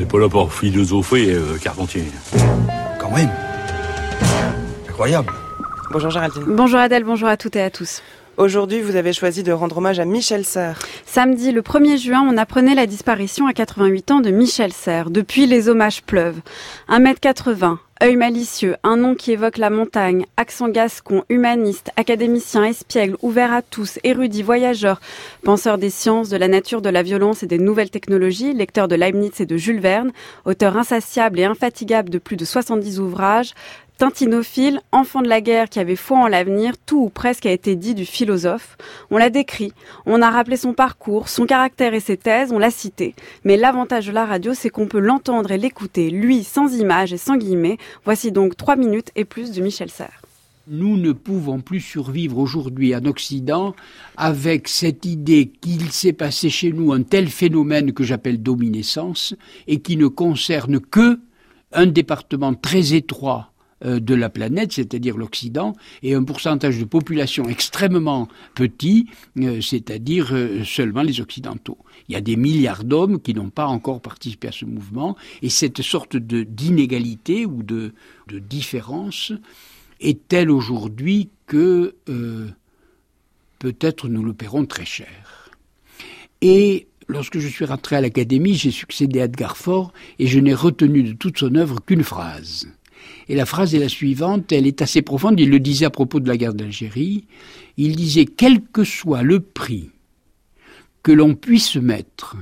n'est pas là pour philosopher, Carpentier. Quand même. Incroyable. Bonjour Géraldine. Bonjour Adèle, bonjour à toutes et à tous. Aujourd'hui, vous avez choisi de rendre hommage à Michel Serres. Samedi, le 1er juin, on apprenait la disparition à 88 ans de Michel Serres. Depuis, les hommages pleuvent. 1m80, œil malicieux, un nom qui évoque la montagne, accent gascon, humaniste, académicien, espiègle, ouvert à tous, érudit, voyageur, penseur des sciences, de la nature, de la violence et des nouvelles technologies, lecteur de Leibniz et de Jules Verne, auteur insatiable et infatigable de plus de 70 ouvrages, tintinophile, enfant de la guerre qui avait foi en l'avenir, tout ou presque a été dit du philosophe. On l'a décrit, on a rappelé son parcours, son caractère et ses thèses, on l'a cité. Mais l'avantage de la radio, c'est qu'on peut l'entendre et l'écouter, lui, sans images et sans guillemets. Voici donc 3 minutes et plus de Michel Serres. Nous ne pouvons plus survivre aujourd'hui en Occident avec cette idée qu'il s'est passé chez nous un tel phénomène que j'appelle dominescence et qui ne concerne que un département très étroit de la planète, c'est-à-dire l'Occident, et un pourcentage de population extrêmement petit, c'est-à-dire seulement les Occidentaux. Il y a des milliards d'hommes qui n'ont pas encore participé à ce mouvement, et cette sorte d'inégalité ou de différence est telle aujourd'hui que peut-être nous le paierons très cher. Et lorsque je suis rentré à l'Académie, j'ai succédé à Edgar Faure, et je n'ai retenu de toute son œuvre qu'une phrase. Et la phrase est la suivante, elle est assez profonde, il le disait à propos de la guerre d'Algérie, il disait « Quel que soit le prix que l'on puisse mettre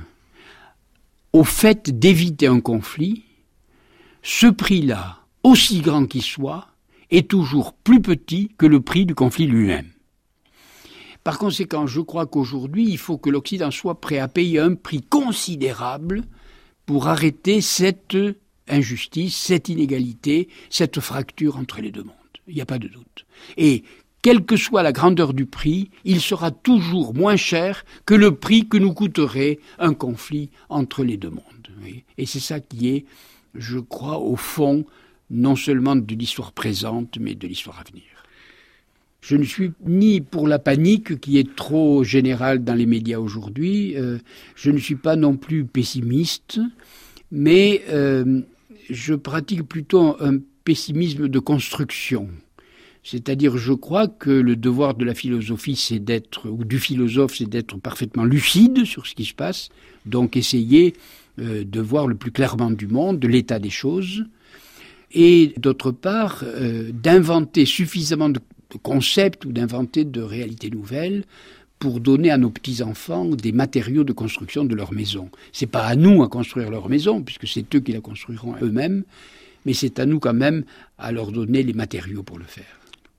au fait d'éviter un conflit, ce prix-là, aussi grand qu'il soit, est toujours plus petit que le prix du conflit lui-même. » Par conséquent, je crois qu'aujourd'hui, il faut que l'Occident soit prêt à payer un prix considérable pour arrêter cette injustice, cette inégalité, cette fracture entre les deux mondes. Il n'y a pas de doute. Et quelle que soit la grandeur du prix, il sera toujours moins cher que le prix que nous coûterait un conflit entre les deux mondes. Et c'est ça qui est, je crois, au fond, non seulement de l'histoire présente, mais de l'histoire à venir. Je ne suis ni pour la panique qui est trop générale dans les médias aujourd'hui, je ne suis pas non plus pessimiste, mais je pratique plutôt un pessimisme de construction. C'est-à-dire, je crois que le devoir de la philosophie, ou du philosophe, c'est d'être parfaitement lucide sur ce qui se passe, donc essayer de voir le plus clairement du monde, de l'état des choses, et d'autre part, d'inventer suffisamment de concepts ou d'inventer de réalités nouvelles pour donner à nos petits-enfants des matériaux de construction de leur maison. C'est pas à nous à construire leur maison, puisque c'est eux qui la construiront eux-mêmes, mais c'est à nous quand même à leur donner les matériaux pour le faire.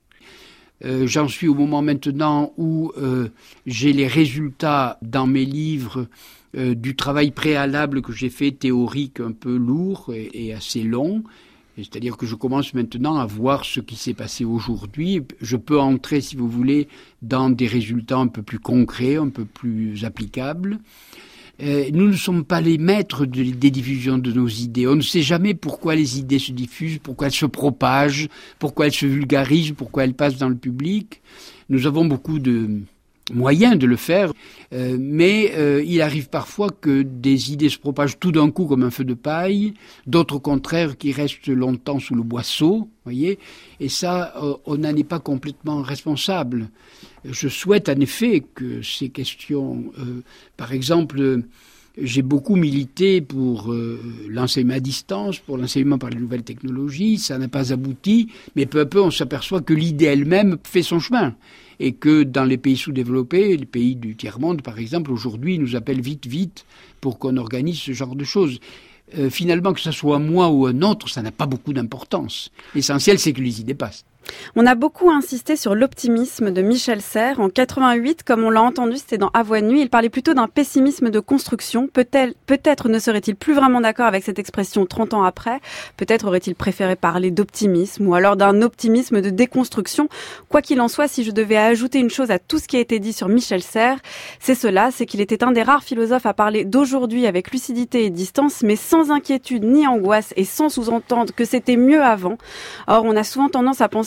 J'en suis au moment maintenant où j'ai les résultats dans mes livres du travail préalable que j'ai fait, théorique un peu lourd et assez long. C'est-à-dire que je commence maintenant à voir ce qui s'est passé aujourd'hui. Je peux entrer, si vous voulez, dans des résultats un peu plus concrets, un peu plus applicables. Nous ne sommes pas les maîtres des diffusions de nos idées. On ne sait jamais pourquoi les idées se diffusent, pourquoi elles se propagent, pourquoi elles se vulgarisent, pourquoi elles passent dans le public. Nous avons beaucoup de moyen de le faire, mais il arrive parfois que des idées se propagent tout d'un coup comme un feu de paille, d'autres au contraire qui restent longtemps sous le boisseau, voyez, et ça, on n'en est pas complètement responsable. Je souhaite en effet que ces questions, par exemple, j'ai beaucoup milité pour l'enseignement à distance, pour l'enseignement par les nouvelles technologies, ça n'a pas abouti, mais peu à peu on s'aperçoit que l'idée elle-même fait son chemin. Et que dans les pays sous-développés, les pays du tiers-monde par exemple, aujourd'hui ils nous appellent vite pour qu'on organise ce genre de choses. Finalement, que ce soit moi ou un autre, ça n'a pas beaucoup d'importance. L'essentiel, c'est que les idées passent. On a beaucoup insisté sur l'optimisme de Michel Serres. En 88, comme on l'a entendu, c'était dans À voix de nuit, il parlait plutôt d'un pessimisme de construction. Peut-être ne serait-il plus vraiment d'accord avec cette expression 30 ans après. Peut-être aurait-il préféré parler d'optimisme ou alors d'un optimisme de déconstruction. Quoi qu'il en soit, si je devais ajouter une chose à tout ce qui a été dit sur Michel Serres, c'est qu'il était un des rares philosophes à parler d'aujourd'hui avec lucidité et distance, mais sans inquiétude ni angoisse et sans sous-entendre que c'était mieux avant. Or, on a souvent tendance à penser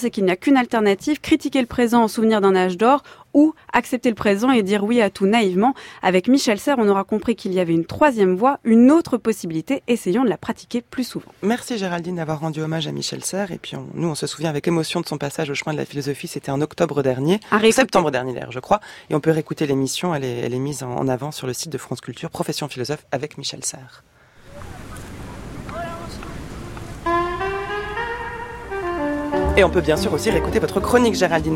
penser qu'il n'y a qu'une alternative, critiquer le présent en souvenir d'un âge d'or, ou accepter le présent et dire oui à tout naïvement. Avec Michel Serres, on aura compris qu'il y avait une troisième voie, une autre possibilité. Essayons de la pratiquer plus souvent. Merci Géraldine d'avoir rendu hommage à Michel Serres. Et puis nous, on se souvient avec émotion de son passage au chemin de la philosophie. C'était en octobre dernier, septembre dernier d'ailleurs, je crois. Et on peut réécouter l'émission. Elle est mise en avant sur le site de France Culture, Profession philosophe avec Michel Serres. Et on peut bien sûr aussi réécouter votre chronique, Géraldine.